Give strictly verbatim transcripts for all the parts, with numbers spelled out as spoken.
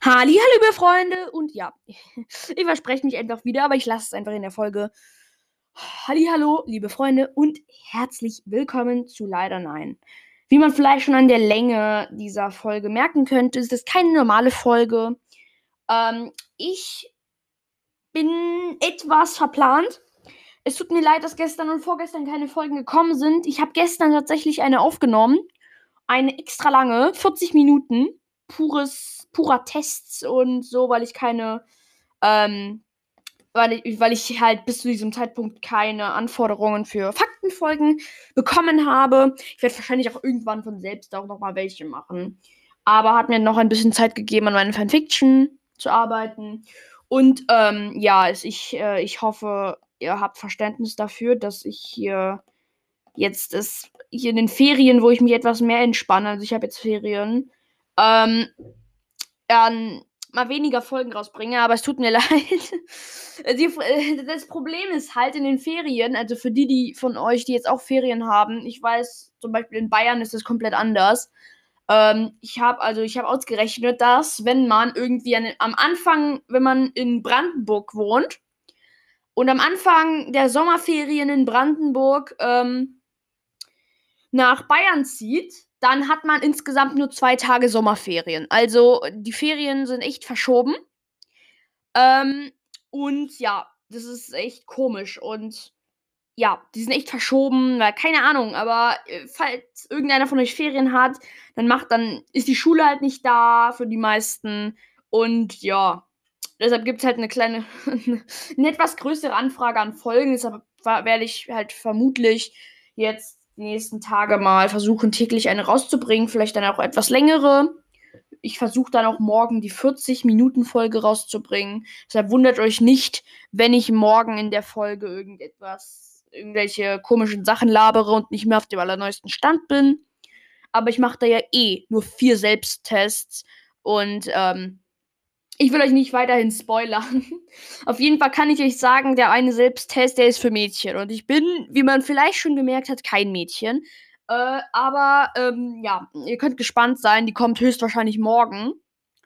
Halli, hallo, liebe Freunde. Und ja, ich verspreche mich einfach wieder, aber ich lasse es einfach in der Folge. Halli, hallo, liebe Freunde und herzlich willkommen zu Leider Nein. Wie man vielleicht schon an der Länge dieser Folge merken könnte, ist das keine normale Folge. Ähm, ich bin etwas verplant. Es tut mir leid, dass gestern und vorgestern keine Folgen gekommen sind. Ich habe gestern tatsächlich eine aufgenommen. Eine extra lange, vierzig Minuten. Pures, purer Tests und so, weil ich keine, ähm, weil ich, weil ich halt bis zu diesem Zeitpunkt keine Anforderungen für Faktenfolgen bekommen habe. Ich werde wahrscheinlich auch irgendwann von selbst auch nochmal welche machen. Aber hat mir noch ein bisschen Zeit gegeben, an meinen Fanfiction zu arbeiten. Und ähm, ja, es, ich, äh, ich hoffe, ihr habt Verständnis dafür, dass ich hier jetzt ist, hier in den Ferien, wo ich mich etwas mehr entspanne, also ich habe jetzt Ferien, ähm, dann mal weniger Folgen rausbringe, aber es tut mir leid. Die, äh, das Problem ist halt in den Ferien, also für die, die von euch, die jetzt auch Ferien haben, ich weiß, zum Beispiel in Bayern ist das komplett anders. Ähm, ich habe also, ich habe ausgerechnet, dass wenn man irgendwie an, am Anfang, wenn man in Brandenburg wohnt und am Anfang der Sommerferien in Brandenburg ähm, nach Bayern zieht, dann hat man insgesamt nur zwei Tage Sommerferien. Also die Ferien sind echt verschoben. Ähm, und ja, das ist echt komisch. Und ja, die sind echt verschoben, weil keine Ahnung, aber äh, falls irgendeiner von euch Ferien hat, dann macht, dann ist die Schule halt nicht da für die meisten. Und ja, deshalb gibt es halt eine kleine, eine etwas größere Anfrage an Folgen. Deshalb werde ich halt vermutlich jetzt die nächsten Tage mal versuchen, täglich eine rauszubringen. Vielleicht dann auch etwas längere. Ich versuche dann auch morgen die vierzig-Minuten-Folge rauszubringen. Deshalb wundert euch nicht, wenn ich morgen in der Folge irgendetwas, irgendwelche komischen Sachen labere und nicht mehr auf dem allerneuesten Stand bin. Aber ich mache da ja eh nur vier Selbsttests und ähm, ich will euch nicht weiterhin spoilern. Auf jeden Fall kann ich euch sagen, der eine Selbsttest, der ist für Mädchen. Und ich bin, wie man vielleicht schon gemerkt hat, kein Mädchen. Äh, aber ähm, ja, ihr könnt gespannt sein. Die kommt höchstwahrscheinlich morgen.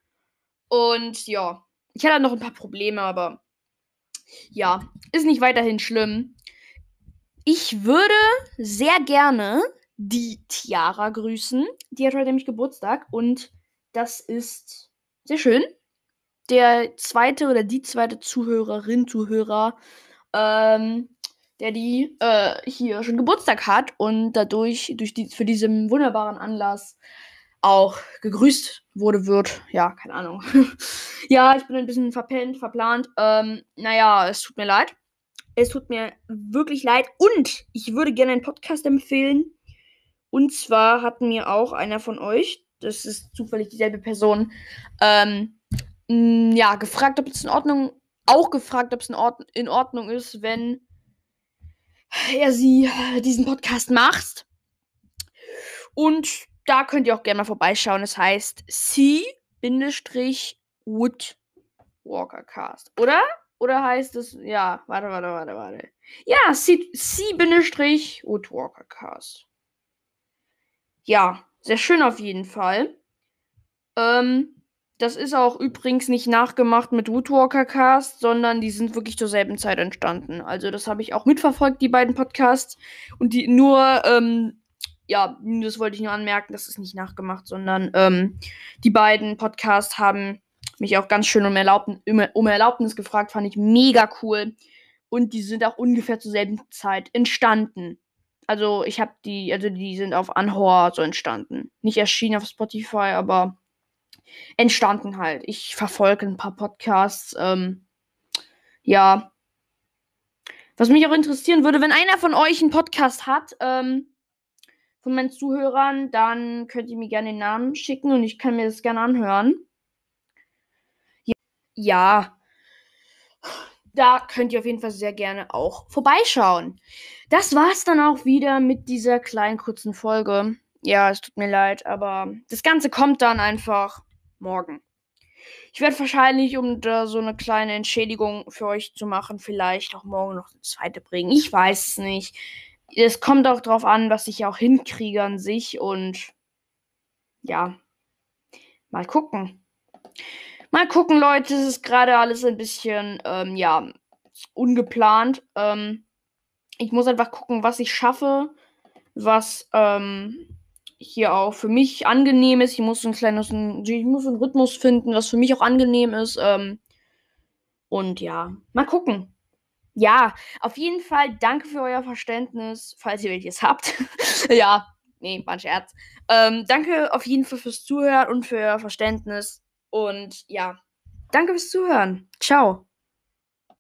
Und ja, ich hatte noch ein paar Probleme, aber ja, ist nicht weiterhin schlimm. Ich würde sehr gerne die Tiara grüßen. Die hat heute nämlich Geburtstag und das ist sehr schön. Der zweite oder die zweite Zuhörerin, Zuhörer, ähm, der die äh, hier schon Geburtstag hat und dadurch durch die, für diesen wunderbaren Anlass auch gegrüßt wurde, wird. Ja, keine Ahnung. Ja, ich bin ein bisschen verpennt, verplant. Ähm, naja, es tut mir leid. Es tut mir wirklich leid. Und ich würde gerne einen Podcast empfehlen. Und zwar hat mir auch einer von euch, das ist zufällig dieselbe Person, ähm, mh, ja, gefragt, ob es in Ordnung, auch gefragt, ob es in, Ord in Ordnung ist, wenn er sie diesen Podcast macht. Und da könnt ihr auch gerne mal vorbeischauen. Es heißt C-Woodwalkercast. Oder? Oder heißt es, ja, warte, warte, warte, warte. Ja, C-Woodwalkercast. Ja, sehr schön auf jeden Fall. Ähm, das ist auch übrigens nicht nachgemacht mit Woodwalker Cast, sondern die sind wirklich zur selben Zeit entstanden. Also das habe ich auch mitverfolgt, die beiden Podcasts. Und die nur, ähm, ja, das wollte ich nur anmerken, das ist nicht nachgemacht, sondern ähm, die beiden Podcasts haben mich auch ganz schön um, Erlaubn um Erlaubnis gefragt, fand ich mega cool. Und die sind auch ungefähr zur selben Zeit entstanden. Also ich habe die, also die sind auf Anhor so entstanden. Nicht erschienen auf Spotify, aber entstanden halt. Ich verfolge ein paar Podcasts. Ähm, ja. Was mich auch interessieren würde, wenn einer von euch einen Podcast hat, ähm, von meinen Zuhörern, dann könnt ihr mir gerne den Namen schicken und ich kann mir das gerne anhören. Ja, da könnt ihr auf jeden Fall sehr gerne auch vorbeischauen. Das war's dann auch wieder mit dieser kleinen kurzen Folge. Ja, es tut mir leid, aber das Ganze kommt dann einfach morgen. Ich werde wahrscheinlich, um da so eine kleine Entschädigung für euch zu machen, vielleicht auch morgen noch eine zweite bringen. Ich weiß es nicht. Es kommt auch drauf an, was ich auch hinkriege an sich und ja, mal gucken. Mal gucken, Leute. Es ist gerade alles ein bisschen, ähm, ja, ungeplant. Ähm, ich muss einfach gucken, was ich schaffe, was ähm, hier auch für mich angenehm ist. Ich muss so ein kleines, ein, ich muss so einen Rhythmus finden, was für mich auch angenehm ist. Ähm, und ja, mal gucken. Ja, auf jeden Fall danke für euer Verständnis, falls ihr welches habt. Ja, nee, war ein Scherz. Ähm, danke auf jeden Fall fürs Zuhören und für euer Verständnis. Und ja, danke fürs Zuhören. Ciao.